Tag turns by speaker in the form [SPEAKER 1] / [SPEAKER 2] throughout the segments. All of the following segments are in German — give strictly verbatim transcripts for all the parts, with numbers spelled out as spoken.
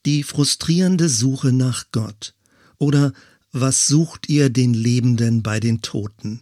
[SPEAKER 1] Die frustrierende Suche nach Gott. Oder was sucht ihr den Lebenden bei den Toten?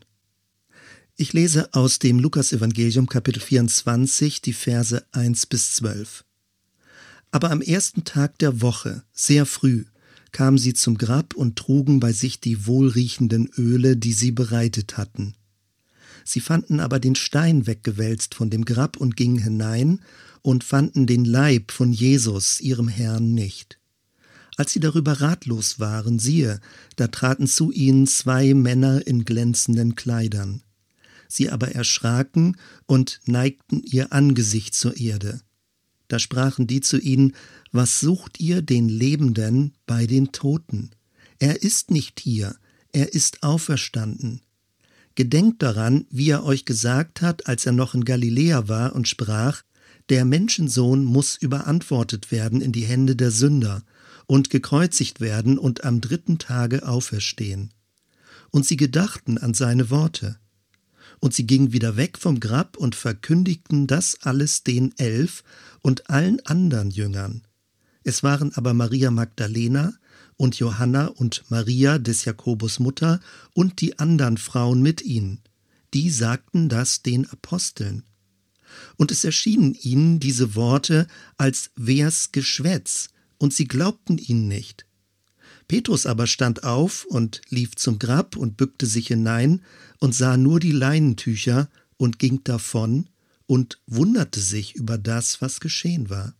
[SPEAKER 1] Ich lese aus dem Lukasevangelium Kapitel vierundzwanzig, die Verse eins bis zwölf. Aber am ersten Tag der Woche, sehr früh, kamen sie zum Grab und trugen bei sich die wohlriechenden Öle, die sie bereitet hatten. Sie fanden aber den Stein weggewälzt von dem Grab und gingen hinein und fanden den Leib von Jesus, ihrem Herrn, nicht. Als sie darüber ratlos waren, siehe, da traten zu ihnen zwei Männer in glänzenden Kleidern. Sie aber erschraken und neigten ihr Angesicht zur Erde. Da sprachen die zu ihnen: Was sucht ihr den Lebenden bei den Toten? Er ist nicht hier, er ist auferstanden. Gedenkt daran, wie er euch gesagt hat, als er noch in Galiläa war und sprach: Der Menschensohn muss überantwortet werden in die Hände der Sünder und gekreuzigt werden und am dritten Tage auferstehen. Und sie gedachten an seine Worte. Und sie gingen wieder weg vom Grab und verkündigten das alles den Elf und allen anderen Jüngern. Es waren aber Maria Magdalena und Johanna und Maria des Jakobus Mutter und die anderen Frauen mit ihnen. Die sagten das den Aposteln. Und es erschienen ihnen diese Worte, als wär's Geschwätz, und sie glaubten ihnen nicht. Petrus aber stand auf und lief zum Grab und bückte sich hinein und sah nur die Leinentücher und ging davon und wunderte sich über das, was geschehen war.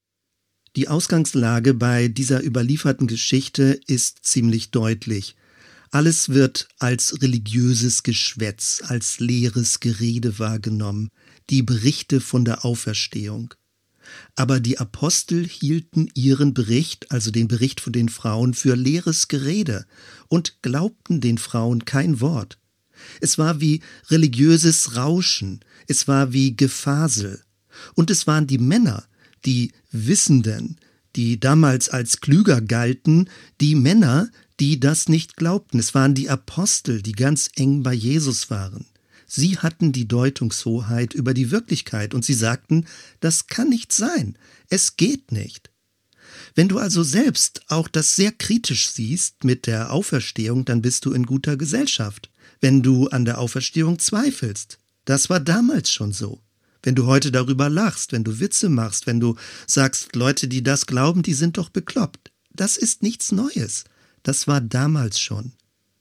[SPEAKER 1] Die Ausgangslage bei dieser überlieferten Geschichte ist ziemlich deutlich. Alles wird als religiöses Geschwätz, als leeres Gerede wahrgenommen, die Berichte von der Auferstehung. Aber die Apostel hielten ihren Bericht, also den Bericht von den Frauen, für leeres Gerede und glaubten den Frauen kein Wort. Es war wie religiöses Rauschen, es war wie Gefasel. Und es waren die Männer, die Wissenden, die damals als klüger galten, die Männer, die das nicht glaubten. Es waren die Apostel, die ganz eng bei Jesus waren. Sie hatten die Deutungshoheit über die Wirklichkeit und sie sagten, das kann nicht sein, es geht nicht. Wenn du also selbst auch das sehr kritisch siehst mit der Auferstehung, dann bist du in guter Gesellschaft. Wenn du an der Auferstehung zweifelst, das war damals schon so. Wenn du heute darüber lachst, wenn du Witze machst, wenn du sagst, Leute, die das glauben, die sind doch bekloppt. Das ist nichts Neues. Das war damals schon.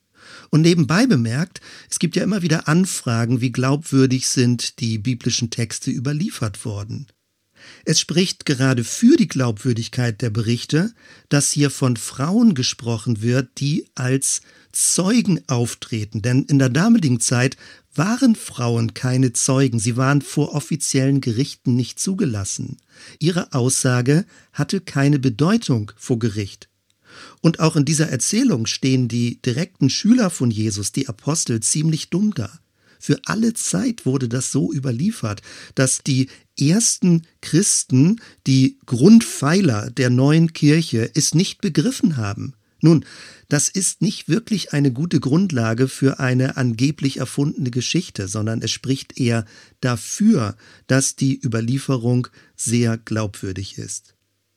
[SPEAKER 1] Und nebenbei bemerkt, es gibt ja immer wieder Anfragen, wie glaubwürdig sind die biblischen Texte überliefert worden. Es spricht gerade für die Glaubwürdigkeit der Berichte, dass hier von Frauen gesprochen wird, die als Zeugen auftreten. Denn in der damaligen Zeit waren Frauen keine Zeugen, sie waren vor offiziellen Gerichten nicht zugelassen. Ihre Aussage hatte keine Bedeutung vor Gericht. Und auch in dieser Erzählung stehen die direkten Schüler von Jesus, die Apostel, ziemlich dumm da. Für alle Zeit wurde das so überliefert, dass die ersten Christen, die Grundpfeiler der neuen Kirche, es nicht begriffen haben. Nun, das ist nicht wirklich eine gute Grundlage für eine angeblich erfundene Geschichte, sondern es spricht eher dafür, dass die Überlieferung sehr glaubwürdig ist.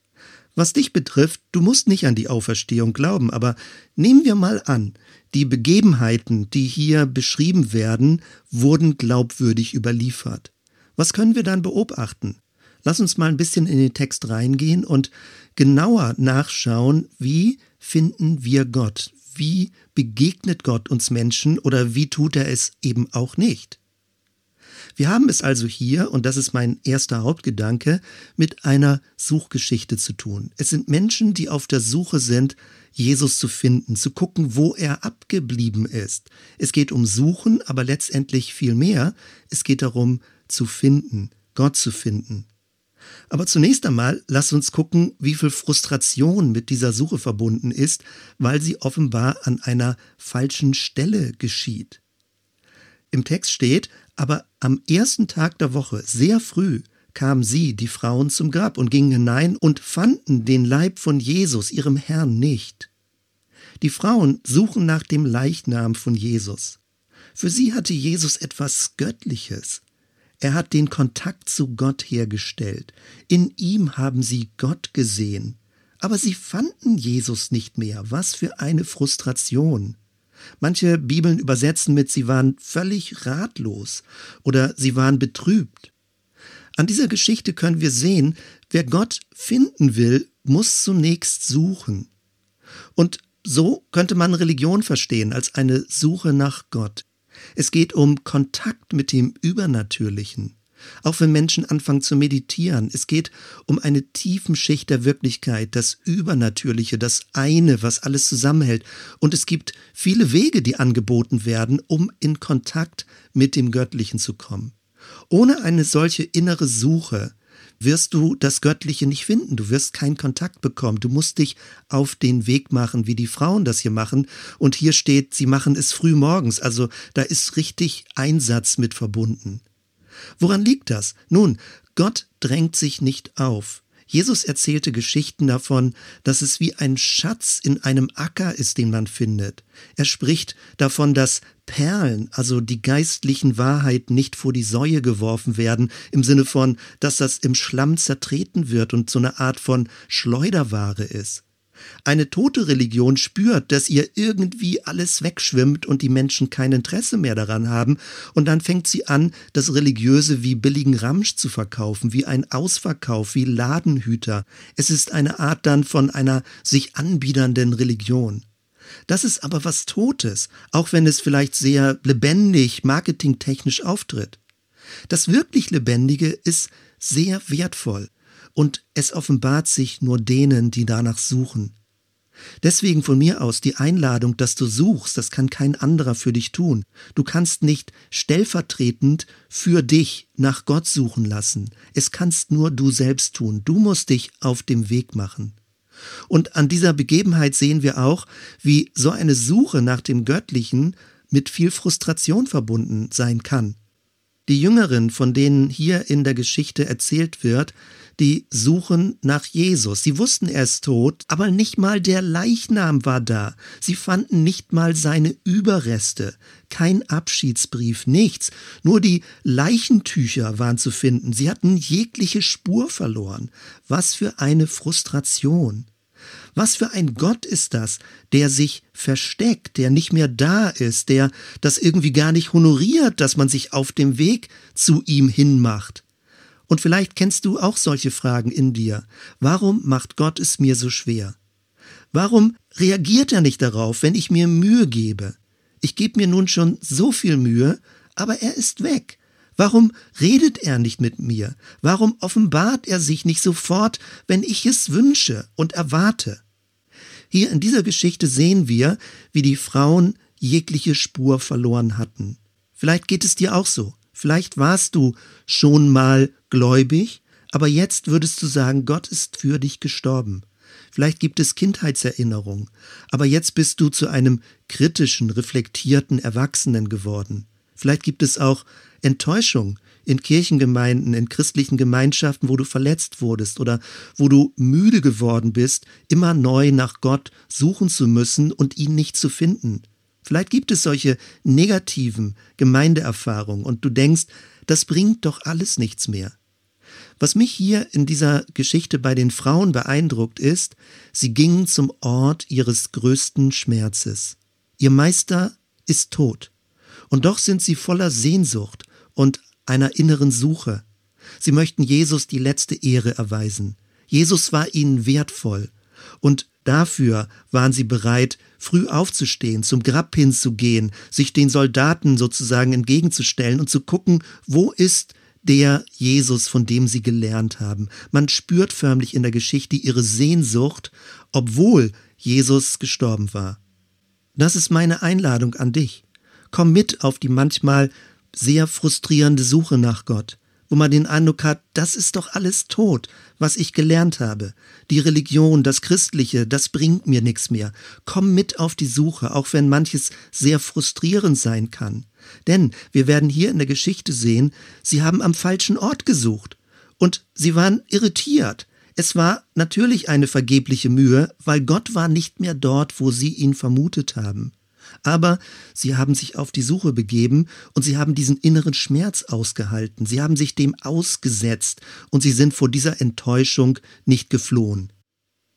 [SPEAKER 1] Was dich betrifft, du musst nicht an die Auferstehung glauben, aber nehmen wir mal an, die Begebenheiten, die hier beschrieben werden, wurden glaubwürdig überliefert. Was können wir dann beobachten? Lass uns mal ein bisschen in den Text reingehen und genauer nachschauen, wie finden wir Gott? Wie begegnet Gott uns Menschen oder wie tut er es eben auch nicht? Wir haben es also hier, und das ist mein erster Hauptgedanke, mit einer Suchgeschichte zu tun. Es sind Menschen, die auf der Suche sind, Jesus zu finden, zu gucken, wo er abgeblieben ist. Es geht um Suchen, aber letztendlich viel mehr. Es geht darum, zu finden, Gott zu finden. Aber zunächst einmal, lass uns gucken, wie viel Frustration mit dieser Suche verbunden ist, weil sie offenbar an einer falschen Stelle geschieht. Im Text steht: Aber am ersten Tag der Woche, sehr früh, kamen sie, die Frauen, zum Grab und gingen hinein und fanden den Leib von Jesus, ihrem Herrn, nicht. Die Frauen suchen nach dem Leichnam von Jesus. Für sie hatte Jesus etwas Göttliches. Er hat den Kontakt zu Gott hergestellt. In ihm haben sie Gott gesehen. Aber sie fanden Jesus nicht mehr. Was für eine Frustration. Manche Bibeln übersetzen mit, sie waren völlig ratlos oder sie waren betrübt. An dieser Geschichte können wir sehen, wer Gott finden will, muss zunächst suchen. Und so könnte man Religion verstehen als eine Suche nach Gott. Es geht um Kontakt mit dem Übernatürlichen. Auch wenn Menschen anfangen zu meditieren, es geht um eine tiefen Schicht der Wirklichkeit, das Übernatürliche, das eine, was alles zusammenhält. Und es gibt viele Wege, die angeboten werden, um in Kontakt mit dem Göttlichen zu kommen. Ohne eine solche innere Suche wirst du das Göttliche nicht finden. Du wirst keinen Kontakt bekommen. Du musst dich auf den Weg machen, wie die Frauen das hier machen. Und hier steht, sie machen es früh morgens. Also da ist richtig Einsatz mit verbunden. Woran liegt das? Nun, Gott drängt sich nicht auf. Jesus erzählte Geschichten davon, dass es wie ein Schatz in einem Acker ist, den man findet. Er spricht davon, dass Perlen, also die geistlichen Wahrheiten, nicht vor die Säue geworfen werden, im Sinne von, dass das im Schlamm zertreten wird und so eine Art von Schleuderware ist. Eine tote Religion spürt, dass ihr irgendwie alles wegschwimmt und die Menschen kein Interesse mehr daran haben, und dann fängt sie an, das Religiöse wie billigen Ramsch zu verkaufen, wie ein Ausverkauf, wie Ladenhüter. Es ist eine Art dann von einer sich anbiedernden Religion. Das ist aber was Totes, auch wenn es vielleicht sehr lebendig, marketingtechnisch auftritt. Das wirklich Lebendige ist sehr wertvoll. Und es offenbart sich nur denen, die danach suchen. Deswegen von mir aus die Einladung, dass du suchst, das kann kein anderer für dich tun. Du kannst nicht stellvertretend für dich nach Gott suchen lassen. Es kannst nur du selbst tun. Du musst dich auf dem Weg machen. Und an dieser Begebenheit sehen wir auch, wie so eine Suche nach dem Göttlichen mit viel Frustration verbunden sein kann. Die Jüngeren, von denen hier in der Geschichte erzählt wird, die suchen nach Jesus. Sie wussten, er ist tot, aber nicht mal der Leichnam war da. Sie fanden nicht mal seine Überreste. Kein Abschiedsbrief, nichts. Nur die Leichentücher waren zu finden. Sie hatten jegliche Spur verloren. Was für eine Frustration. Was für ein Gott ist das, der sich versteckt, der nicht mehr da ist, der das irgendwie gar nicht honoriert, dass man sich auf dem Weg zu ihm hinmacht. Und vielleicht kennst du auch solche Fragen in dir. Warum macht Gott es mir so schwer? Warum reagiert er nicht darauf, wenn ich mir Mühe gebe? Ich gebe mir nun schon so viel Mühe, aber er ist weg. Warum redet er nicht mit mir? Warum offenbart er sich nicht sofort, wenn ich es wünsche und erwarte? Hier in dieser Geschichte sehen wir, wie die Frauen jegliche Spur verloren hatten. Vielleicht geht es dir auch so. Vielleicht warst du schon mal gläubig, aber jetzt würdest du sagen, Gott ist für dich gestorben. Vielleicht gibt es Kindheitserinnerungen, aber jetzt bist du zu einem kritischen, reflektierten Erwachsenen geworden. Vielleicht gibt es auch Enttäuschung in Kirchengemeinden, in christlichen Gemeinschaften, wo du verletzt wurdest oder wo du müde geworden bist, immer neu nach Gott suchen zu müssen und ihn nicht zu finden. Vielleicht gibt es solche negativen Gemeindeerfahrungen und du denkst, das bringt doch alles nichts mehr. Was mich hier in dieser Geschichte bei den Frauen beeindruckt ist, sie gingen zum Ort ihres größten Schmerzes. Ihr Meister ist tot. Und doch sind sie voller Sehnsucht und einer inneren Suche. Sie möchten Jesus die letzte Ehre erweisen. Jesus war ihnen wertvoll. Und dafür waren sie bereit, früh aufzustehen, zum Grab hinzugehen, sich den Soldaten sozusagen entgegenzustellen und zu gucken, wo ist der Jesus, von dem sie gelernt haben. Man spürt förmlich in der Geschichte ihre Sehnsucht, obwohl Jesus gestorben war. Das ist meine Einladung an dich. Komm mit auf die manchmal sehr frustrierende Suche nach Gott, wo man den Eindruck hat, das ist doch alles tot, was ich gelernt habe. Die Religion, das Christliche, das bringt mir nichts mehr. Komm mit auf die Suche, auch wenn manches sehr frustrierend sein kann. Denn wir werden hier in der Geschichte sehen, sie haben am falschen Ort gesucht und sie waren irritiert. Es war natürlich eine vergebliche Mühe, weil Gott war nicht mehr dort, wo sie ihn vermutet haben. Aber sie haben sich auf die Suche begeben und sie haben diesen inneren Schmerz ausgehalten. Sie haben sich dem ausgesetzt und sie sind vor dieser Enttäuschung nicht geflohen.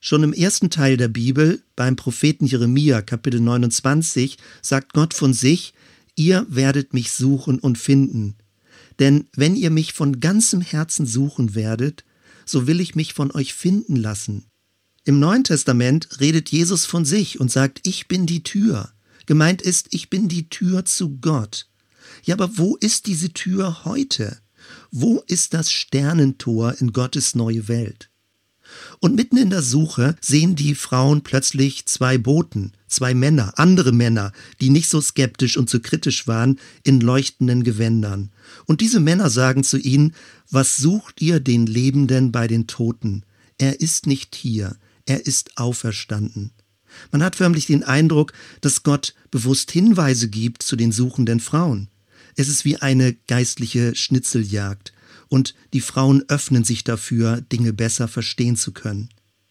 [SPEAKER 1] Schon im ersten Teil der Bibel, beim Propheten Jeremia, Kapitel neunundzwanzig, sagt Gott von sich: Ihr werdet mich suchen und finden. Denn wenn ihr mich von ganzem Herzen suchen werdet, so will ich mich von euch finden lassen. Im Neuen Testament redet Jesus von sich und sagt: Ich bin die Tür. Gemeint ist, ich bin die Tür zu Gott. Ja, aber wo ist diese Tür heute? Wo ist das Sternentor in Gottes neue Welt? Und mitten in der Suche sehen die Frauen plötzlich zwei Boten, zwei Männer, andere Männer, die nicht so skeptisch und so kritisch waren, in leuchtenden Gewändern. Und diese Männer sagen zu ihnen: Was sucht ihr den Lebenden bei den Toten? Er ist nicht hier, er ist auferstanden. Man hat förmlich den Eindruck, dass Gott bewusst Hinweise gibt zu den suchenden Frauen. Es ist wie eine geistliche Schnitzeljagd. Und die Frauen öffnen sich dafür, Dinge besser verstehen zu können.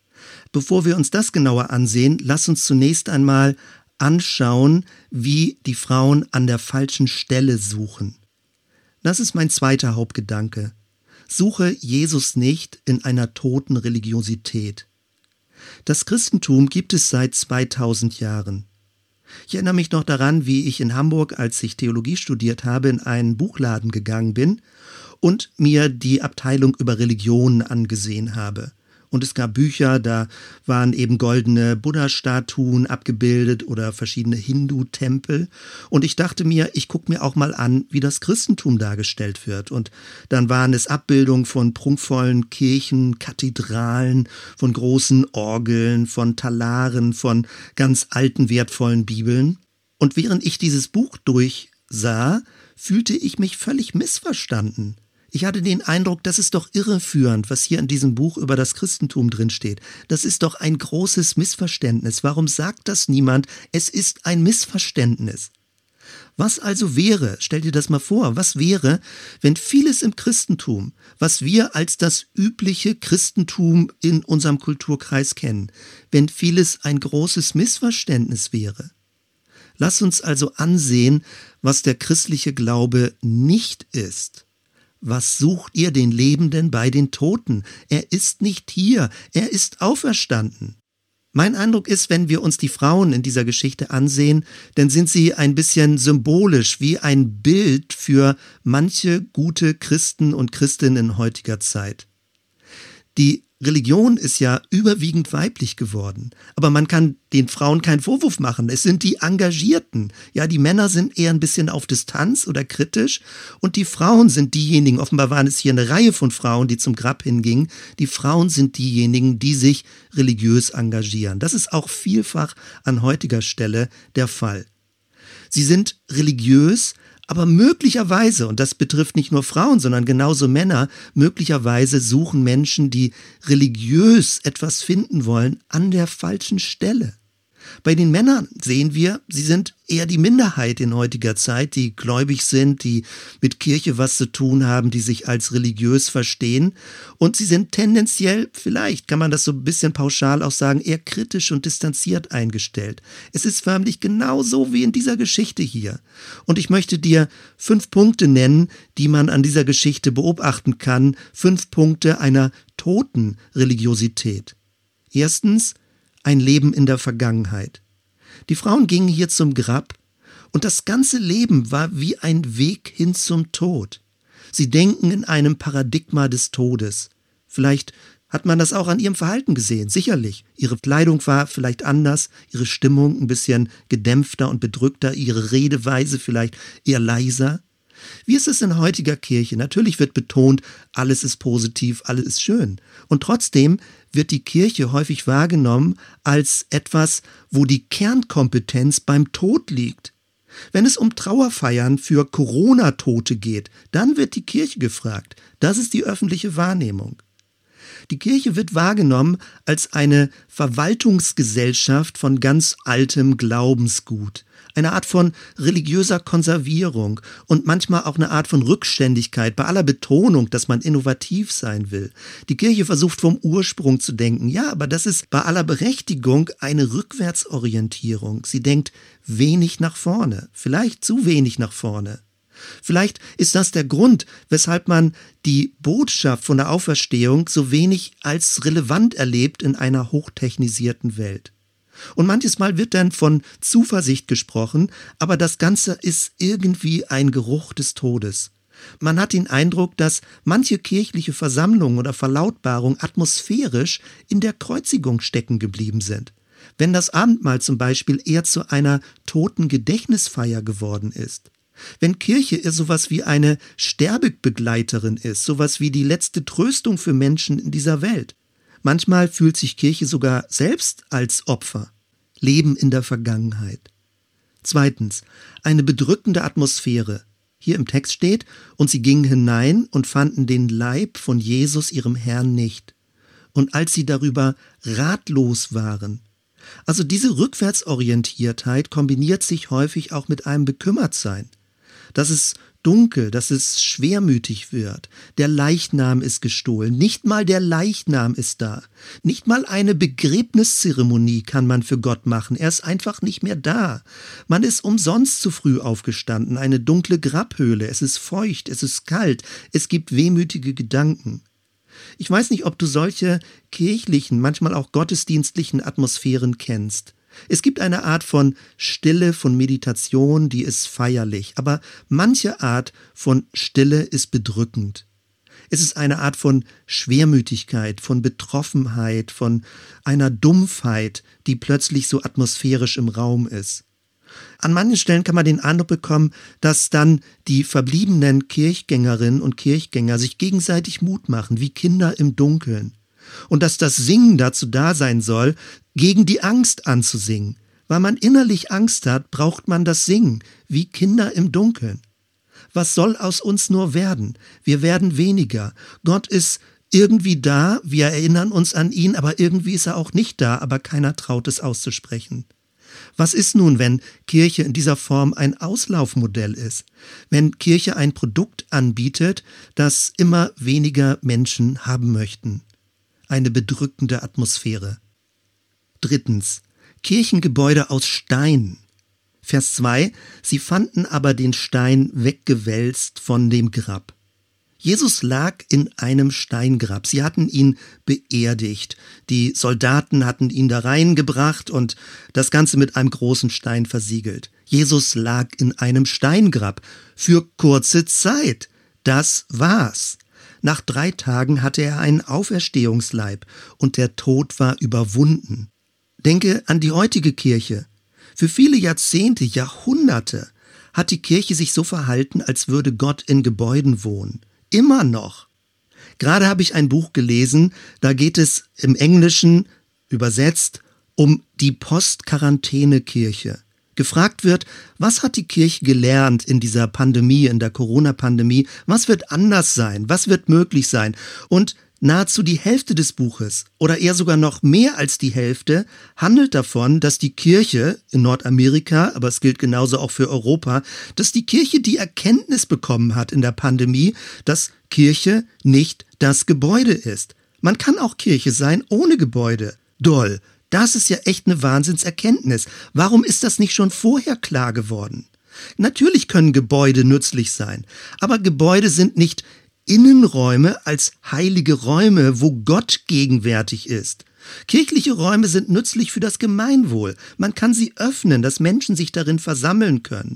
[SPEAKER 1] Bevor wir uns das genauer ansehen, lass uns zunächst einmal anschauen, wie die Frauen an der falschen Stelle suchen. Das ist mein zweiter Hauptgedanke. Suche Jesus nicht in einer toten Religiosität. Das Christentum gibt es seit zweitausend Jahren. Ich erinnere mich noch daran, wie ich in Hamburg, als ich Theologie studiert habe, in einen Buchladen gegangen bin und mir die Abteilung über Religionen angesehen habe. Und es gab Bücher, da waren eben goldene Buddha-Statuen abgebildet oder verschiedene Hindu-Tempel. Und ich dachte mir, ich gucke mir auch mal an, wie das Christentum dargestellt wird. Und dann waren es Abbildungen von prunkvollen Kirchen, Kathedralen, von großen Orgeln, von Talaren, von ganz alten, wertvollen Bibeln. Und während ich dieses Buch durchsah, fühlte ich mich völlig missverstanden. Ich hatte den Eindruck, das ist doch irreführend, was hier in diesem Buch über das Christentum drinsteht. Das ist doch ein großes Missverständnis. Warum sagt das niemand? Es ist ein Missverständnis. Was also wäre, stell dir das mal vor, was wäre, wenn vieles im Christentum, was wir als das übliche Christentum in unserem Kulturkreis kennen, wenn vieles ein großes Missverständnis wäre? Lass uns also ansehen, was der christliche Glaube nicht ist. Was sucht ihr den Lebenden bei den Toten? Er ist nicht hier, er ist auferstanden. Mein Eindruck ist, wenn wir uns die Frauen in dieser Geschichte ansehen, dann sind sie ein bisschen symbolisch, wie ein Bild für manche gute Christen und Christinnen in heutiger Zeit. Die Religion ist ja überwiegend weiblich geworden, aber man kann den Frauen keinen Vorwurf machen. Es sind die Engagierten. Ja, die Männer sind eher ein bisschen auf Distanz oder kritisch und die Frauen sind diejenigen, offenbar waren es hier eine Reihe von Frauen, die zum Grab hingingen, die Frauen sind diejenigen, die sich religiös engagieren. Das ist auch vielfach an heutiger Stelle der Fall. Sie sind religiös, aber möglicherweise, und das betrifft nicht nur Frauen, sondern genauso Männer, möglicherweise suchen Menschen, die religiös etwas finden wollen, an der falschen Stelle. Bei den Männern sehen wir, sie sind eher die Minderheit in heutiger Zeit, die gläubig sind, die mit Kirche was zu tun haben, die sich als religiös verstehen. Und sie sind tendenziell, vielleicht kann man das so ein bisschen pauschal auch sagen, eher kritisch und distanziert eingestellt. Es ist förmlich genauso wie in dieser Geschichte hier. Und ich möchte dir fünf Punkte nennen, die man an dieser Geschichte beobachten kann. Fünf Punkte einer toten Religiosität. Erstens, ein Leben in der Vergangenheit. Die Frauen gingen hier zum Grab und das ganze Leben war wie ein Weg hin zum Tod. Sie denken in einem Paradigma des Todes. Vielleicht hat man das auch an ihrem Verhalten gesehen, sicherlich. Ihre Kleidung war vielleicht anders, ihre Stimmung ein bisschen gedämpfter und bedrückter, ihre Redeweise vielleicht eher leiser. Wie ist es in heutiger Kirche? Natürlich wird betont, alles ist positiv, alles ist schön. Und trotzdem wird die Kirche häufig wahrgenommen als etwas, wo die Kernkompetenz beim Tod liegt. Wenn es um Trauerfeiern für Corona-Tote geht, dann wird die Kirche gefragt. Das ist die öffentliche Wahrnehmung. Die Kirche wird wahrgenommen als eine Verwaltungsgesellschaft von ganz altem Glaubensgut. Eine Art von religiöser Konservierung und manchmal auch eine Art von Rückständigkeit bei aller Betonung, dass man innovativ sein will. Die Kirche versucht vom Ursprung zu denken. Ja, aber das ist bei aller Berechtigung eine Rückwärtsorientierung. Sie denkt wenig nach vorne, vielleicht zu wenig nach vorne. Vielleicht ist das der Grund, weshalb man die Botschaft von der Auferstehung so wenig als relevant erlebt in einer hochtechnisierten Welt. Und manches Mal wird dann von Zuversicht gesprochen, aber das Ganze ist irgendwie ein Geruch des Todes. Man hat den Eindruck, dass manche kirchliche Versammlungen oder Verlautbarungen atmosphärisch in der Kreuzigung stecken geblieben sind. Wenn das Abendmahl zum Beispiel eher zu einer Totengedächtnisfeier geworden ist. Wenn Kirche eher sowas wie eine Sterbebegleiterin ist, sowas wie die letzte Tröstung für Menschen in dieser Welt. Manchmal fühlt sich Kirche sogar selbst als Opfer. Leben in der Vergangenheit. Zweitens, eine bedrückende Atmosphäre. Hier im Text steht, und sie gingen hinein und fanden den Leib von Jesus, ihrem Herrn, nicht. Und als sie darüber ratlos waren. Also diese Rückwärtsorientiertheit kombiniert sich häufig auch mit einem Bekümmertsein. Dass es dunkel, dass es schwermütig wird. Der Leichnam ist gestohlen. Nicht mal der Leichnam ist da. Nicht mal eine Begräbniszeremonie kann man für Gott machen. Er ist einfach nicht mehr da. Man ist umsonst zu früh aufgestanden. Eine dunkle Grabhöhle. Es ist feucht, es ist kalt. Es gibt wehmütige Gedanken. Ich weiß nicht, ob du solche kirchlichen, manchmal auch gottesdienstlichen Atmosphären kennst. Es gibt eine Art von Stille, von Meditation, die ist feierlich, aber manche Art von Stille ist bedrückend. Es ist eine Art von Schwermütigkeit, von Betroffenheit, von einer Dumpfheit, die plötzlich so atmosphärisch im Raum ist. An manchen Stellen kann man den Eindruck bekommen, dass dann die verbliebenen Kirchgängerinnen und Kirchgänger sich gegenseitig Mut machen, wie Kinder im Dunkeln. Und dass das Singen dazu da sein soll, gegen die Angst anzusingen. Weil man innerlich Angst hat, braucht man das Singen, wie Kinder im Dunkeln. Was soll aus uns nur werden? Wir werden weniger. Gott ist irgendwie da, wir erinnern uns an ihn, aber irgendwie ist er auch nicht da, aber keiner traut es auszusprechen. Was ist nun, wenn Kirche in dieser Form ein Auslaufmodell ist? Wenn Kirche ein Produkt anbietet, das immer weniger Menschen haben möchten? Eine bedrückende Atmosphäre. Drittens, Kirchengebäude aus Stein. Vers zwei, sie fanden aber den Stein weggewälzt von dem Grab. Jesus lag in einem Steingrab. Sie hatten ihn beerdigt. Die Soldaten hatten ihn da reingebracht und das Ganze mit einem großen Stein versiegelt. Jesus lag in einem Steingrab für kurze Zeit. Das war's. Nach drei Tagen hatte er einen Auferstehungsleib und der Tod war überwunden. Denke an die heutige Kirche. Für viele Jahrzehnte, Jahrhunderte hat die Kirche sich so verhalten, als würde Gott in Gebäuden wohnen. Immer noch. Gerade habe ich ein Buch gelesen, da geht es im Englischen übersetzt um die Post-Quarantäne-Kirche. Gefragt wird, was hat die Kirche gelernt in dieser Pandemie, in der Corona-Pandemie? Was wird anders sein? Was wird möglich sein? Und nahezu die Hälfte des Buches oder eher sogar noch mehr als die Hälfte handelt davon, dass die Kirche in Nordamerika, aber es gilt genauso auch für Europa, dass die Kirche die Erkenntnis bekommen hat in der Pandemie, dass Kirche nicht das Gebäude ist. Man kann auch Kirche sein ohne Gebäude. Doll. Das ist ja echt eine Wahnsinnserkenntnis. Warum ist das nicht schon vorher klar geworden? Natürlich können Gebäude nützlich sein, aber Gebäude sind nicht Innenräume als heilige Räume, wo Gott gegenwärtig ist. Kirchliche Räume sind nützlich für das Gemeinwohl. Man kann sie öffnen, dass Menschen sich darin versammeln können.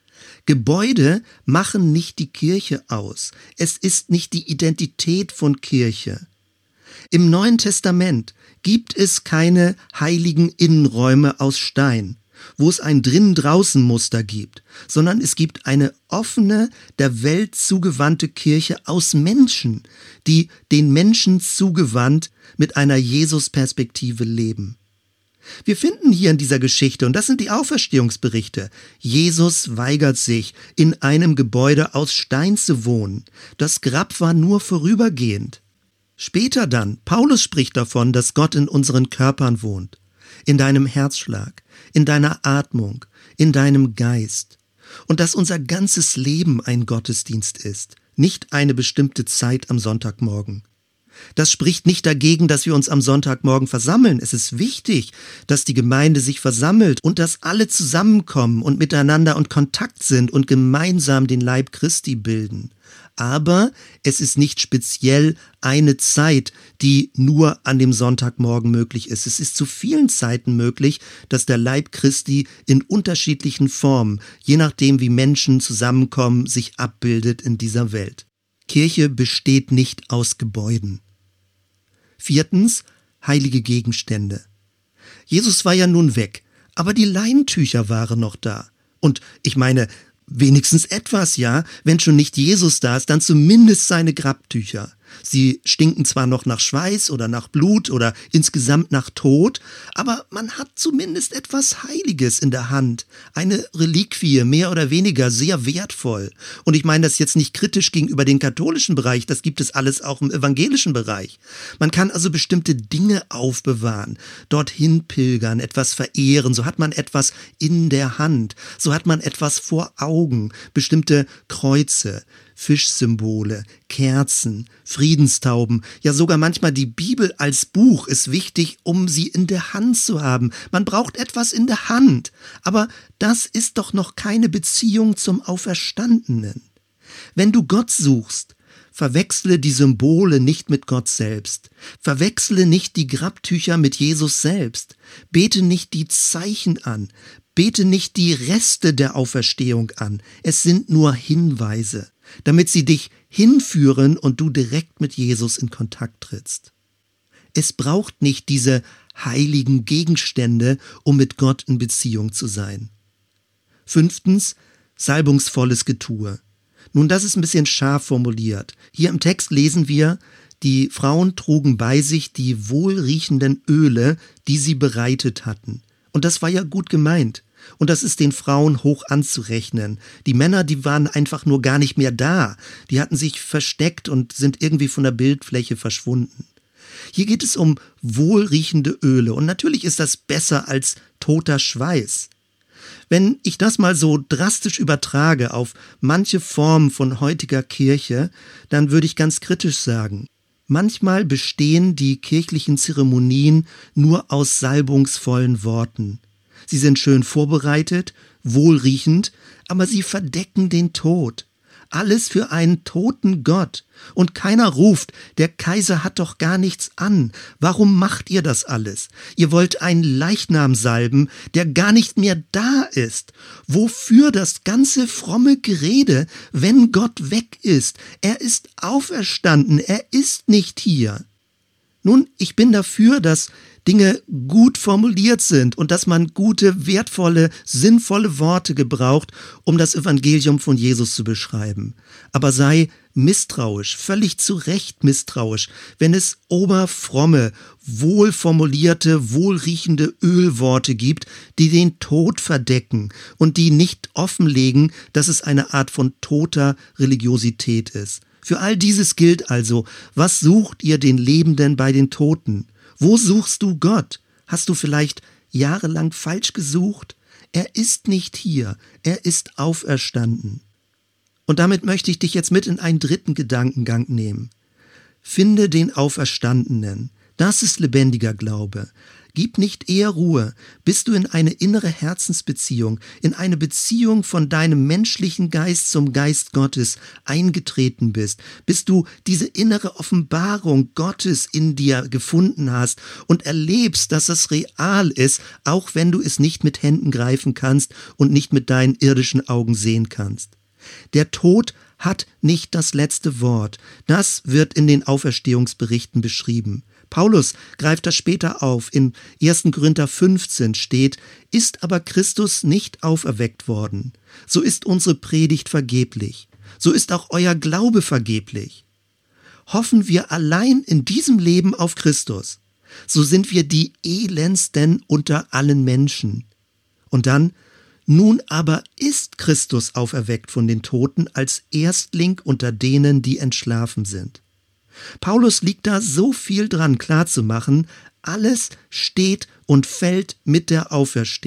[SPEAKER 1] Gebäude machen nicht die Kirche aus. Es ist nicht die Identität von Kirche. Im Neuen Testament gibt es keine heiligen Innenräume aus Stein, wo es ein Drinnen-Draußen-Muster gibt, sondern es gibt eine offene, der Welt zugewandte Kirche aus Menschen, die den Menschen zugewandt mit einer Jesus-Perspektive leben. Wir finden hier in dieser Geschichte, und das sind die Auferstehungsberichte, Jesus weigert sich, in einem Gebäude aus Stein zu wohnen. Das Grab war nur vorübergehend. Später dann, Paulus spricht davon, dass Gott in unseren Körpern wohnt, in deinem Herzschlag, in deiner Atmung, in deinem Geist und dass unser ganzes Leben ein Gottesdienst ist, nicht eine bestimmte Zeit am Sonntagmorgen. Das spricht nicht dagegen, dass wir uns am Sonntagmorgen versammeln. Es ist wichtig, dass die Gemeinde sich versammelt und dass alle zusammenkommen und miteinander in Kontakt sind und gemeinsam den Leib Christi bilden. Aber es ist nicht speziell eine Zeit, die nur an dem Sonntagmorgen möglich ist. Es ist zu vielen Zeiten möglich, dass der Leib Christi in unterschiedlichen Formen, je nachdem wie Menschen zusammenkommen, sich abbildet in dieser Welt. Kirche besteht nicht aus Gebäuden. Viertens, heilige Gegenstände. Jesus war ja nun weg, aber die Leintücher waren noch da. Und ich meine, wenigstens etwas, ja, wenn schon nicht Jesus da ist, dann zumindest seine Grabtücher. Sie stinken zwar noch nach Schweiß oder nach Blut oder insgesamt nach Tod, aber man hat zumindest etwas Heiliges in der Hand. Eine Reliquie, mehr oder weniger sehr wertvoll. Und ich meine das jetzt nicht kritisch gegenüber dem katholischen Bereich, das gibt es alles auch im evangelischen Bereich. Man kann also bestimmte Dinge aufbewahren, dorthin pilgern, etwas verehren, so hat man etwas in der Hand, so hat man etwas vor Augen, bestimmte Kreuze, Fischsymbole, Kerzen, Friedenstauben, ja sogar manchmal die Bibel als Buch ist wichtig, um sie in der Hand zu haben. Man braucht etwas in der Hand, aber das ist doch noch keine Beziehung zum Auferstandenen. Wenn du Gott suchst, verwechsle die Symbole nicht mit Gott selbst. Verwechsle nicht die Grabtücher mit Jesus selbst. Bete nicht die Zeichen an. Bete nicht die Reste der Auferstehung an. Es sind nur Hinweise, damit sie dich hinführen und du direkt mit Jesus in Kontakt trittst. Es braucht nicht diese heiligen Gegenstände, um mit Gott in Beziehung zu sein. Fünftens, salbungsvolles Getue. Nun, das ist ein bisschen scharf formuliert. Hier im Text lesen wir, die Frauen trugen bei sich die wohlriechenden Öle, die sie bereitet hatten. Und das war ja gut gemeint. Und das ist den Frauen hoch anzurechnen. Die Männer, die waren einfach nur gar nicht mehr da. Die hatten sich versteckt und sind irgendwie von der Bildfläche verschwunden. Hier geht es um wohlriechende Öle. Und natürlich ist das besser als toter Schweiß. Wenn ich das mal so drastisch übertrage auf manche Formen von heutiger Kirche, dann würde ich ganz kritisch sagen, manchmal bestehen die kirchlichen Zeremonien nur aus salbungsvollen Worten. Sie sind schön vorbereitet, wohlriechend, aber sie verdecken den Tod. Alles für einen toten Gott. Und keiner ruft, der Kaiser hat doch gar nichts an. Warum macht ihr das alles? Ihr wollt einen Leichnam salben, der gar nicht mehr da ist. Wofür das ganze fromme Gerede, wenn Gott weg ist? Er ist auferstanden, er ist nicht hier. Nun, ich bin dafür, dass Dinge gut formuliert sind und dass man gute, wertvolle, sinnvolle Worte gebraucht, um das Evangelium von Jesus zu beschreiben. Aber sei misstrauisch, völlig zu Recht misstrauisch, wenn es oberfromme, wohlformulierte, wohlriechende Ölworte gibt, die den Tod verdecken und die nicht offenlegen, dass es eine Art von toter Religiosität ist. Für all dieses gilt also, was sucht ihr den Lebenden bei den Toten? Wo suchst du Gott? Hast du vielleicht jahrelang falsch gesucht? Er ist nicht hier, er ist auferstanden. Und damit möchte ich dich jetzt mit in einen dritten Gedankengang nehmen. Finde den Auferstandenen. Das ist lebendiger Glaube. Gib nicht eher Ruhe, bis du in eine innere Herzensbeziehung, in eine Beziehung von deinem menschlichen Geist zum Geist Gottes eingetreten bist, bis du diese innere Offenbarung Gottes in dir gefunden hast und erlebst, dass es real ist, auch wenn du es nicht mit Händen greifen kannst und nicht mit deinen irdischen Augen sehen kannst. Der Tod hat nicht das letzte Wort. Das wird in den Auferstehungsberichten beschrieben. Paulus greift das später auf. In erster Korinther fünfzehn steht, ist aber Christus nicht auferweckt worden, so ist unsere Predigt vergeblich, so ist auch euer Glaube vergeblich. Hoffen wir allein in diesem Leben auf Christus, so sind wir die elendsten unter allen Menschen. Und dann, nun aber ist Christus auferweckt von den Toten als Erstling unter denen, die entschlafen sind. Paulus liegt da so viel dran klarzumachen, alles steht und fällt mit der Auferstehung.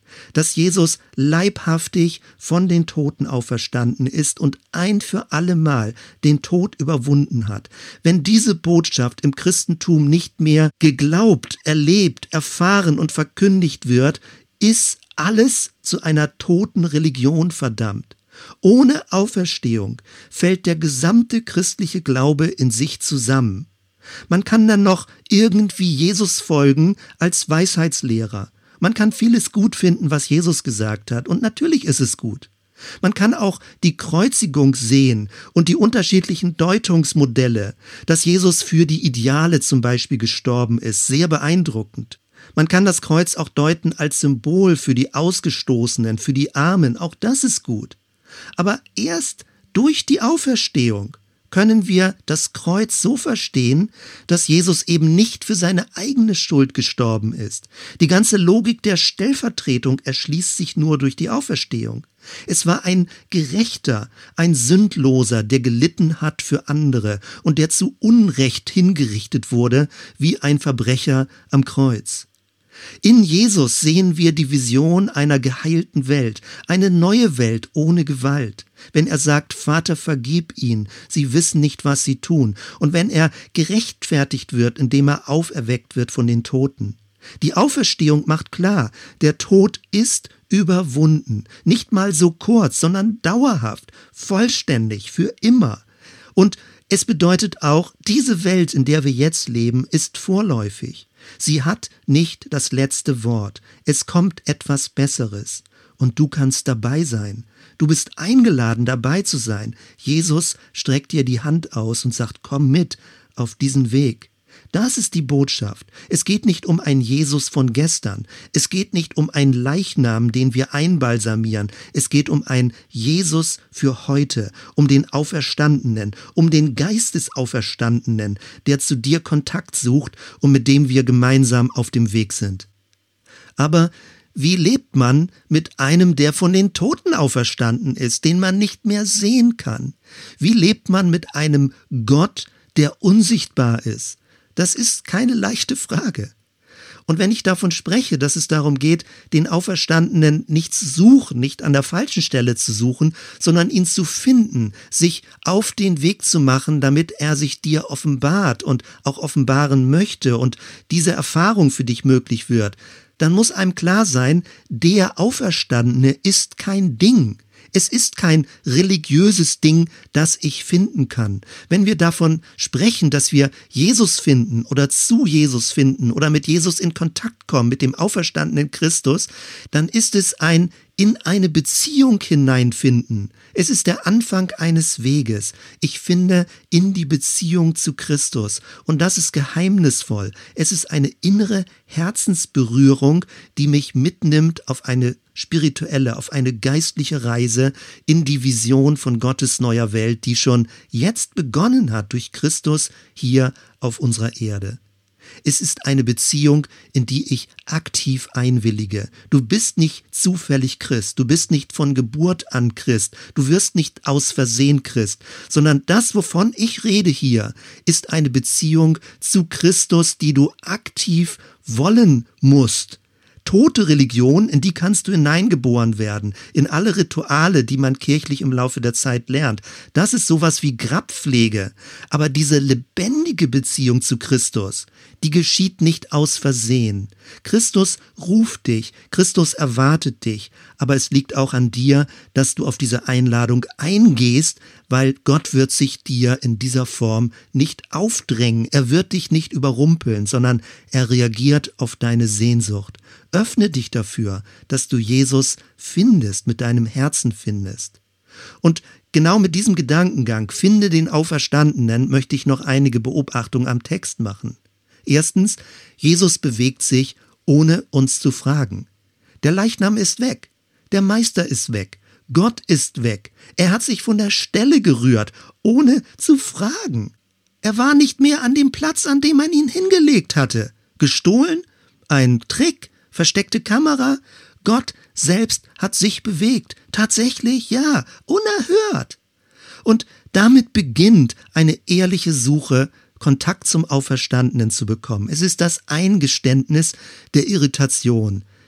[SPEAKER 1] dass Jesus leibhaftig von den Toten auferstanden ist und ein für allemal den Tod überwunden hat. Wenn diese Botschaft im Christentum nicht mehr geglaubt, erlebt, erfahren und verkündigt wird, ist alles zu einer toten Religion verdammt. Ohne Auferstehung fällt der gesamte christliche Glaube in sich zusammen. Man kann dann noch irgendwie Jesus folgen als Weisheitslehrer. Man kann vieles gut finden, was Jesus gesagt hat, und natürlich ist es gut. Man kann auch die Kreuzigung sehen und die unterschiedlichen Deutungsmodelle, dass Jesus für die Ideale zum Beispiel gestorben ist, sehr beeindruckend. Man kann das Kreuz auch deuten als Symbol für die Ausgestoßenen, für die Armen, auch das ist gut. Aber erst durch die Auferstehung können wir das Kreuz so verstehen, dass Jesus eben nicht für seine eigene Schuld gestorben ist. Die ganze Logik der Stellvertretung erschließt sich nur durch die Auferstehung. Es war ein Gerechter, ein Sündloser, der gelitten hat für andere und der zu Unrecht hingerichtet wurde wie ein Verbrecher am Kreuz. In Jesus sehen wir die Vision einer geheilten Welt, eine neue Welt ohne Gewalt. Wenn er sagt, Vater, vergib ihnen, sie wissen nicht, was sie tun. Und wenn er gerechtfertigt wird, indem er auferweckt wird von den Toten. Die Auferstehung macht klar, der Tod ist überwunden. Nicht mal so kurz, sondern dauerhaft, vollständig, für immer. Und es bedeutet auch, diese Welt, in der wir jetzt leben, ist vorläufig. Sie hat nicht das letzte Wort. Es kommt etwas Besseres. Und du kannst dabei sein. Du bist eingeladen, dabei zu sein. Jesus streckt dir die Hand aus und sagt, komm mit auf diesen Weg. Das ist die Botschaft. Es geht nicht um einen Jesus von gestern. Es geht nicht um einen Leichnam, den wir einbalsamieren. Es geht um einen Jesus für heute, um den Auferstandenen, um den Geist des Auferstandenen, der zu dir Kontakt sucht und mit dem wir gemeinsam auf dem Weg sind. Aber wie lebt man mit einem, der von den Toten auferstanden ist, den man nicht mehr sehen kann? Wie lebt man mit einem Gott, der unsichtbar ist? Das ist keine leichte Frage. Und wenn ich davon spreche, dass es darum geht, den Auferstandenen nicht zu suchen, nicht an der falschen Stelle zu suchen, sondern ihn zu finden, sich auf den Weg zu machen, damit er sich dir offenbart und auch offenbaren möchte und diese Erfahrung für dich möglich wird, dann muss einem klar sein, der Auferstandene ist kein Ding. Es ist kein religiöses Ding, das ich finden kann. Wenn wir davon sprechen, dass wir Jesus finden oder zu Jesus finden oder mit Jesus in Kontakt kommen, mit dem auferstandenen Christus, dann ist es ein in eine Beziehung hineinfinden. Es ist der Anfang eines Weges. Ich finde in die Beziehung zu Christus. Und das ist geheimnisvoll. Es ist eine innere Herzensberührung, die mich mitnimmt auf eine spirituelle, auf eine geistliche Reise in die Vision von Gottes neuer Welt, die schon jetzt begonnen hat durch Christus hier auf unserer Erde. Es ist eine Beziehung, in die ich aktiv einwillige. Du bist nicht zufällig Christ, du bist nicht von Geburt an Christ, du wirst nicht aus Versehen Christ, sondern das, wovon ich rede hier, ist eine Beziehung zu Christus, die du aktiv wollen musst. Tote Religion, in die kannst du hineingeboren werden, in alle Rituale, die man kirchlich im Laufe der Zeit lernt. Das ist sowas wie Grabpflege. Aber diese lebendige Beziehung zu Christus, die geschieht nicht aus Versehen. Christus ruft dich, Christus erwartet dich, aber es liegt auch an dir, dass du auf diese Einladung eingehst, weil Gott wird sich dir in dieser Form nicht aufdrängen, er wird dich nicht überrumpeln, sondern er reagiert auf deine Sehnsucht. Öffne dich dafür, dass du Jesus findest, mit deinem Herzen findest. Und genau mit diesem Gedankengang, finde den Auferstandenen, möchte ich noch einige Beobachtungen am Text machen. Erstens, Jesus bewegt sich, ohne uns zu fragen. Der Leichnam ist weg, der Meister ist weg, Gott ist weg. Er hat sich von der Stelle gerührt, ohne zu fragen. Er war nicht mehr an dem Platz, an dem man ihn hingelegt hatte. Gestohlen? Ein Trick? Versteckte Kamera? Gott selbst hat sich bewegt. Tatsächlich, ja, unerhört. Und damit beginnt eine ehrliche Suche, Kontakt zum Auferstandenen zu bekommen. Es ist das Eingeständnis der Irritation,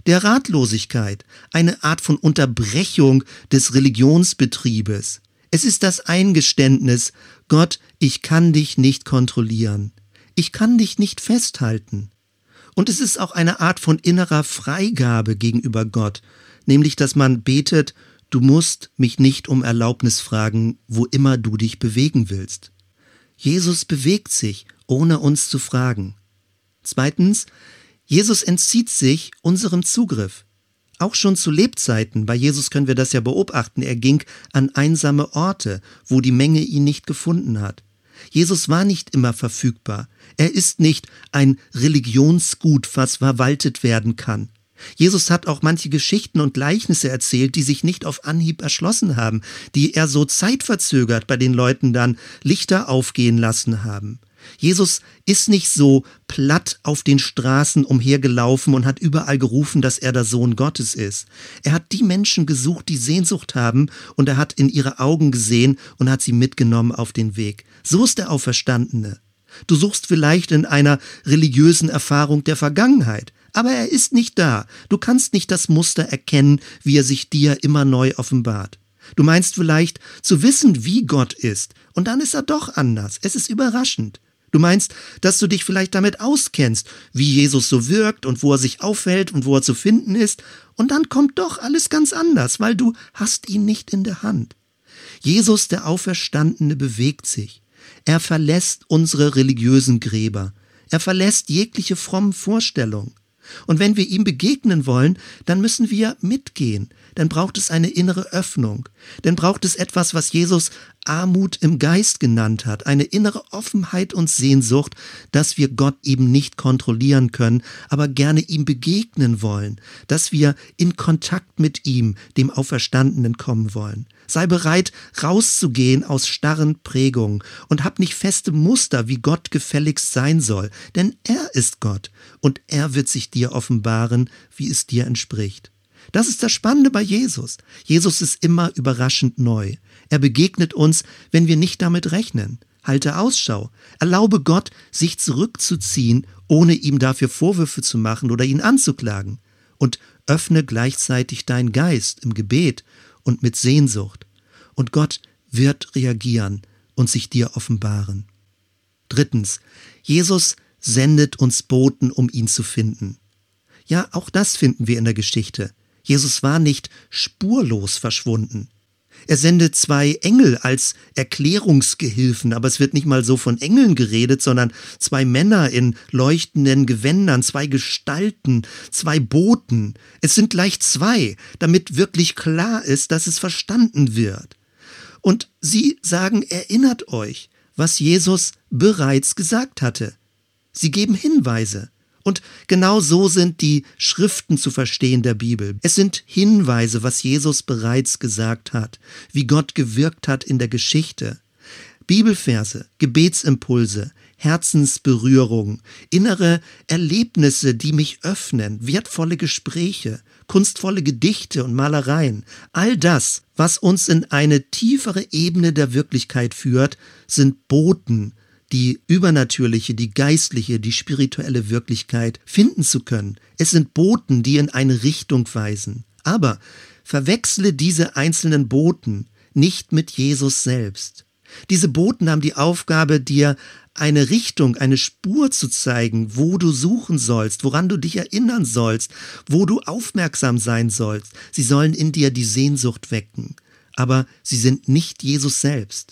[SPEAKER 1] der Ratlosigkeit, eine Art von Unterbrechung des Religionsbetriebes. Es ist das Eingeständnis, Gott, ich kann dich nicht kontrollieren. Ich kann dich nicht festhalten. Und es ist auch eine Art von innerer Freigabe gegenüber Gott, nämlich dass man betet, du musst mich nicht um Erlaubnis fragen, wo immer du dich bewegen willst. Jesus bewegt sich, ohne uns zu fragen. Zweitens, Jesus entzieht sich unserem Zugriff. Auch schon zu Lebzeiten, bei Jesus können wir das ja beobachten, er ging an einsame Orte, wo die Menge ihn nicht gefunden hat. Jesus war nicht immer verfügbar. Er ist nicht ein Religionsgut, was verwaltet werden kann. Jesus hat auch manche Geschichten und Gleichnisse erzählt, die sich nicht auf Anhieb erschlossen haben, die er so zeitverzögert bei den Leuten dann Lichter aufgehen lassen haben. Jesus ist nicht so platt auf den Straßen umhergelaufen und hat überall gerufen, dass er der Sohn Gottes ist. Er hat die Menschen gesucht, die Sehnsucht haben, und er hat in ihre Augen gesehen und hat sie mitgenommen auf den Weg. So ist der Auferstandene. Du suchst vielleicht in einer religiösen Erfahrung der Vergangenheit, aber er ist nicht da. Du kannst nicht das Muster erkennen, wie er sich dir immer neu offenbart. Du meinst vielleicht zu wissen, wie Gott ist, und dann ist er doch anders. Es ist überraschend. Du meinst, dass du dich vielleicht damit auskennst, wie Jesus so wirkt und wo er sich aufhält und wo er zu finden ist, und dann kommt doch alles ganz anders, weil du hast ihn nicht in der Hand. Jesus, der Auferstandene, bewegt sich. Er verlässt unsere religiösen Gräber. Er verlässt jegliche frommen Vorstellungen. Und wenn wir ihm begegnen wollen, dann müssen wir mitgehen. Dann braucht es eine innere Öffnung. Dann braucht es etwas, was Jesus Armut im Geist genannt hat. Eine innere Offenheit und Sehnsucht, dass wir Gott eben nicht kontrollieren können, aber gerne ihm begegnen wollen. Dass wir in Kontakt mit ihm, dem Auferstandenen, kommen wollen. Sei bereit, rauszugehen aus starren Prägungen und hab nicht feste Muster, wie Gott gefälligst sein soll. Denn er ist Gott und er wird sich dir offenbaren, wie es dir entspricht. Das ist das Spannende bei Jesus. Jesus ist immer überraschend neu. Er begegnet uns, wenn wir nicht damit rechnen. Halte Ausschau. Erlaube Gott, sich zurückzuziehen, ohne ihm dafür Vorwürfe zu machen oder ihn anzuklagen. Und öffne gleichzeitig deinen Geist im Gebet und mit Sehnsucht. Und Gott wird reagieren und sich dir offenbaren. Drittens, Jesus sendet uns Boten, um ihn zu finden. Ja, auch das finden wir in der Geschichte. Jesus war nicht spurlos verschwunden. Er sendet zwei Engel als Erklärungsgehilfen, aber es wird nicht mal so von Engeln geredet, sondern zwei Männer in leuchtenden Gewändern, zwei Gestalten, zwei Boten. Es sind gleich zwei, damit wirklich klar ist, dass es verstanden wird. Und sie sagen, erinnert euch, was Jesus bereits gesagt hatte. Sie geben Hinweise. Und genau so sind die Schriften zu verstehen der Bibel. Es sind Hinweise, was Jesus bereits gesagt hat, wie Gott gewirkt hat in der Geschichte. Bibelverse, Gebetsimpulse, Herzensberührung, innere Erlebnisse, die mich öffnen, wertvolle Gespräche, kunstvolle Gedichte und Malereien. All das, was uns in eine tiefere Ebene der Wirklichkeit führt, sind Boten, die übernatürliche, die geistliche, die spirituelle Wirklichkeit finden zu können. Es sind Boten, die in eine Richtung weisen. Aber verwechsle diese einzelnen Boten nicht mit Jesus selbst. Diese Boten haben die Aufgabe, dir eine Richtung, eine Spur zu zeigen, wo du suchen sollst, woran du dich erinnern sollst, wo du aufmerksam sein sollst. Sie sollen in dir die Sehnsucht wecken, aber sie sind nicht Jesus selbst.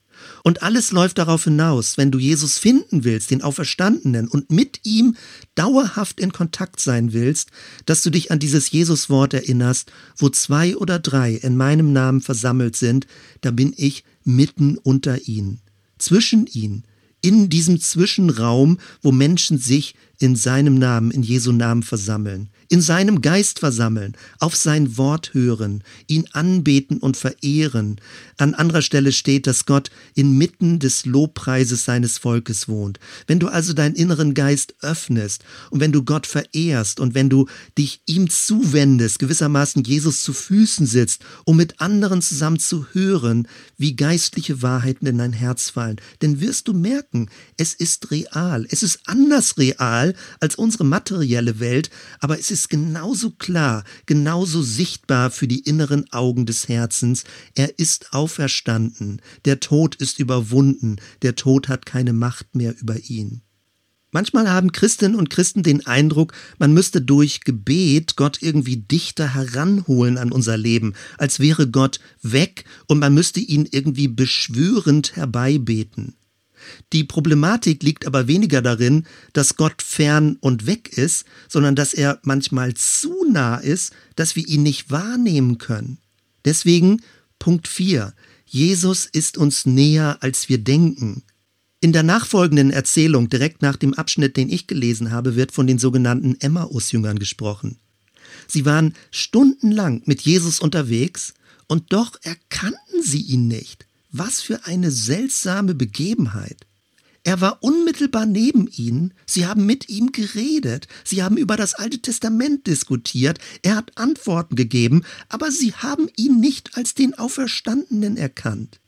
[SPEAKER 1] Und alles läuft darauf hinaus, wenn du Jesus finden willst, den Auferstandenen, und mit ihm dauerhaft in Kontakt sein willst, dass du dich an dieses Jesuswort erinnerst, wo zwei oder drei in meinem Namen versammelt sind, da bin ich mitten unter ihnen, zwischen ihnen, in diesem Zwischenraum, wo Menschen sich in seinem Namen, in Jesu Namen versammeln, in seinem Geist versammeln, auf sein Wort hören, ihn anbeten und verehren. An anderer Stelle steht, dass Gott inmitten des Lobpreises seines Volkes wohnt. Wenn du also deinen inneren Geist öffnest und wenn du Gott verehrst und wenn du dich ihm zuwendest, gewissermaßen Jesus zu Füßen sitzt, um mit anderen zusammen zu hören, wie geistliche Wahrheiten in dein Herz fallen, dann wirst du merken, es ist real, es ist anders real, real als unsere materielle Welt, aber es ist genauso klar, genauso sichtbar für die inneren Augen des Herzens. Er ist auferstanden, der Tod ist überwunden, der Tod hat keine Macht mehr über ihn. Manchmal haben Christinnen und Christen den Eindruck, man müsste durch Gebet Gott irgendwie dichter heranholen an unser Leben, als wäre Gott weg und man müsste ihn irgendwie beschwörend herbeibeten. Die Problematik liegt aber weniger darin, dass Gott fern und weg ist, sondern dass er manchmal zu nah ist, dass wir ihn nicht wahrnehmen können. Deswegen Punkt vier. Jesus ist uns näher, als wir denken. In der nachfolgenden Erzählung, direkt nach dem Abschnitt, den ich gelesen habe, wird von den sogenannten Emmaus-Jüngern gesprochen. Sie waren stundenlang mit Jesus unterwegs und doch erkannten sie ihn nicht. Was für eine seltsame Begebenheit. Er war unmittelbar neben ihnen, sie haben mit ihm geredet, sie haben über das Alte Testament diskutiert, er hat Antworten gegeben, aber sie haben ihn nicht als den Auferstandenen erkannt.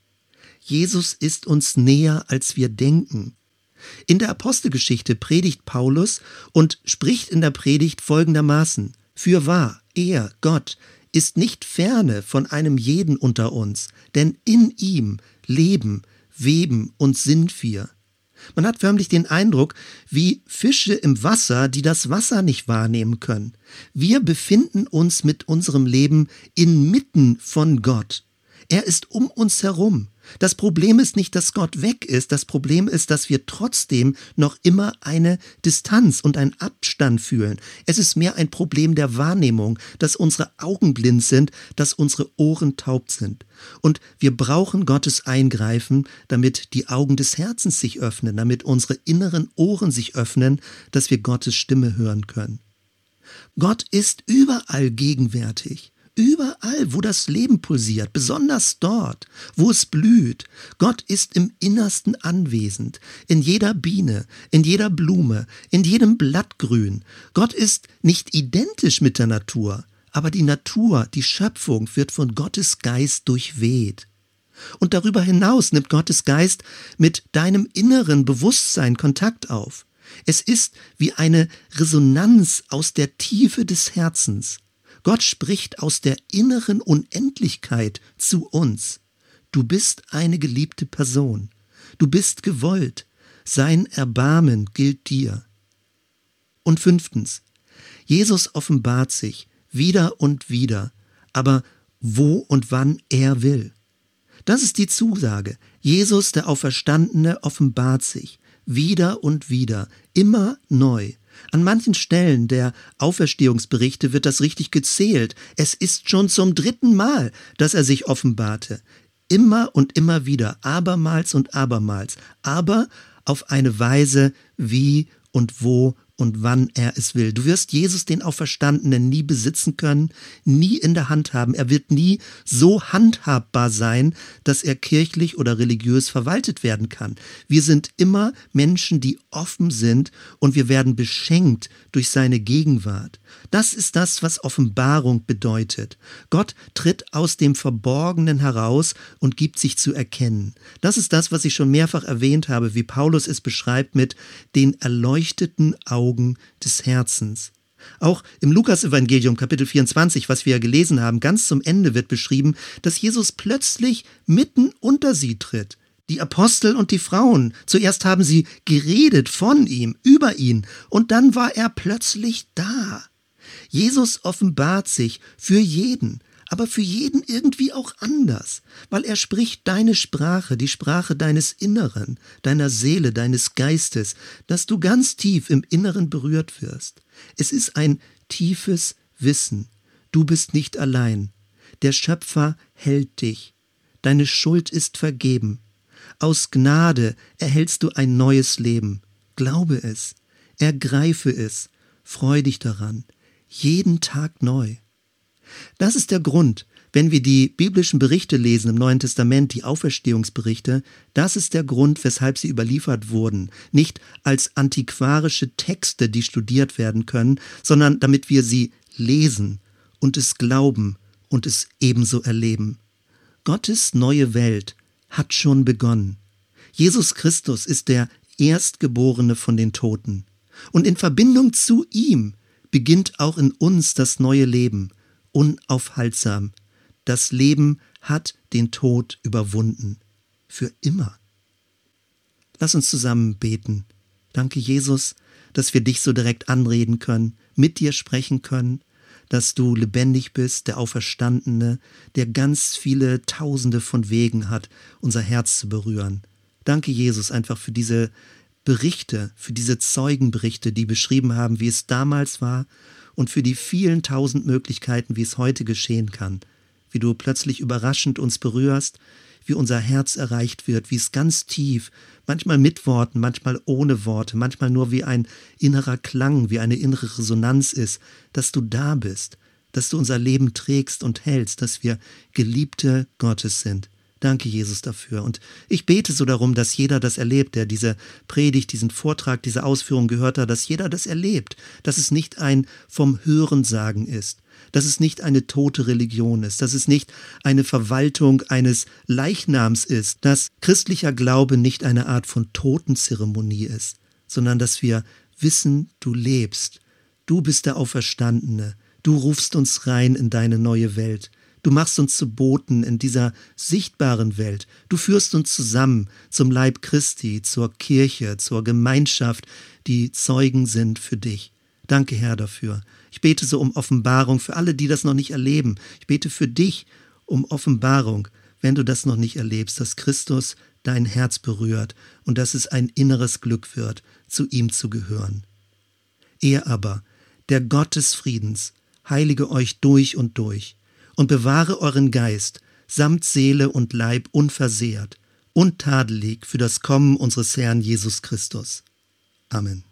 [SPEAKER 1] Jesus ist uns näher, als wir denken. In der Apostelgeschichte predigt Paulus und spricht in der Predigt folgendermaßen: Fürwahr, er, Gott, ist nicht ferne von einem jeden unter uns, denn in ihm leben, weben und sind wir. Man hat förmlich den Eindruck, wie Fische im Wasser, die das Wasser nicht wahrnehmen können. Wir befinden uns mit unserem Leben inmitten von Gott. Er ist um uns herum. Das Problem ist nicht, dass Gott weg ist, das Problem ist, dass wir trotzdem noch immer eine Distanz und einen Abstand fühlen. Es ist mehr ein Problem der Wahrnehmung, dass unsere Augen blind sind, dass unsere Ohren taub sind. Und wir brauchen Gottes Eingreifen, damit die Augen des Herzens sich öffnen, damit unsere inneren Ohren sich öffnen, dass wir Gottes Stimme hören können. Gott ist überall gegenwärtig. Überall, wo das Leben pulsiert, besonders dort, wo es blüht. Gott ist im Innersten anwesend, in jeder Biene, in jeder Blume, in jedem Blattgrün. Gott ist nicht identisch mit der Natur, aber die Natur, die Schöpfung, wird von Gottes Geist durchweht. Und darüber hinaus nimmt Gottes Geist mit deinem inneren Bewusstsein Kontakt auf. Es ist wie eine Resonanz aus der Tiefe des Herzens. Gott spricht aus der inneren Unendlichkeit zu uns. Du bist eine geliebte Person. Du bist gewollt. Sein Erbarmen gilt dir. Und fünftens. Jesus offenbart sich wieder und wieder, aber wo und wann er will. Das ist die Zusage. Jesus, der Auferstandene, offenbart sich wieder und wieder, immer neu. An manchen Stellen der Auferstehungsberichte wird das richtig gezählt. Es ist schon zum dritten Mal, dass er sich offenbarte. Immer und immer wieder, abermals und abermals, aber auf eine Weise, wie und wo und wann er es will. Du wirst Jesus, den Auferstandenen, nie besitzen können, nie in der Hand haben. Er wird nie so handhabbar sein, dass er kirchlich oder religiös verwaltet werden kann. Wir sind immer Menschen, die offen sind und wir werden beschenkt durch seine Gegenwart. Das ist das, was Offenbarung bedeutet. Gott tritt aus dem Verborgenen heraus und gibt sich zu erkennen. Das ist das, was ich schon mehrfach erwähnt habe, wie Paulus es beschreibt mit den erleuchteten Augen des Herzens. Auch im Lukas-Evangelium, Kapitel vierundzwanzig, was wir ja gelesen haben, ganz zum Ende wird beschrieben, dass Jesus plötzlich mitten unter sie tritt. Die Apostel und die Frauen, zuerst haben sie geredet von ihm, über ihn, und dann war er plötzlich da. Jesus offenbart sich für jeden, aber für jeden irgendwie auch anders, weil er spricht deine Sprache, die Sprache deines Inneren, deiner Seele, deines Geistes, dass du ganz tief im Inneren berührt wirst. Es ist ein tiefes Wissen. Du bist nicht allein. Der Schöpfer hält dich. Deine Schuld ist vergeben. Aus Gnade erhältst du ein neues Leben. Glaube es. Ergreife es. Freu dich daran. Jeden Tag neu. Das ist der Grund, wenn wir die biblischen Berichte lesen im Neuen Testament, die Auferstehungsberichte, das ist der Grund, weshalb sie überliefert wurden. Nicht als antiquarische Texte, die studiert werden können, sondern damit wir sie lesen und es glauben und es ebenso erleben. Gottes neue Welt hat schon begonnen. Jesus Christus ist der Erstgeborene von den Toten. Und in Verbindung zu ihm beginnt auch in uns das neue Leben, unaufhaltsam. Das Leben hat den Tod überwunden. Für immer. Lass uns zusammen beten. Danke, Jesus, dass wir dich so direkt anreden können, mit dir sprechen können, dass du lebendig bist, der Auferstandene, der ganz viele Tausende von Wegen hat, unser Herz zu berühren. Danke, Jesus, einfach für diese Berichte, für diese Zeugenberichte, die beschrieben haben, wie es damals war und für die vielen tausend Möglichkeiten, wie es heute geschehen kann. Wie du plötzlich überraschend uns berührst, wie unser Herz erreicht wird, wie es ganz tief, manchmal mit Worten, manchmal ohne Worte, manchmal nur wie ein innerer Klang, wie eine innere Resonanz ist, dass du da bist, dass du unser Leben trägst und hältst, dass wir Geliebte Gottes sind. Danke, Jesus, dafür. Und ich bete so darum, dass jeder das erlebt, der diese Predigt, diesen Vortrag, diese Ausführung gehört hat, dass jeder das erlebt, dass es nicht ein vom Hörensagen ist, dass es nicht eine tote Religion ist, dass es nicht eine Verwaltung eines Leichnams ist, dass christlicher Glaube nicht eine Art von Totenzeremonie ist, sondern dass wir wissen, du lebst, du bist der Auferstandene, du rufst uns rein in deine neue Welt. Du machst uns zu Boten in dieser sichtbaren Welt. Du führst uns zusammen zum Leib Christi, zur Kirche, zur Gemeinschaft, die Zeugen sind für dich. Danke, Herr, dafür. Ich bete so um Offenbarung für alle, die das noch nicht erleben. Ich bete für dich um Offenbarung, wenn du das noch nicht erlebst, dass Christus dein Herz berührt und dass es ein inneres Glück wird, zu ihm zu gehören. Er aber, der Gott des Friedens, heilige euch durch und durch und bewahre euren Geist samt Seele und Leib unversehrt, untadelig für das Kommen unseres Herrn Jesus Christus. Amen.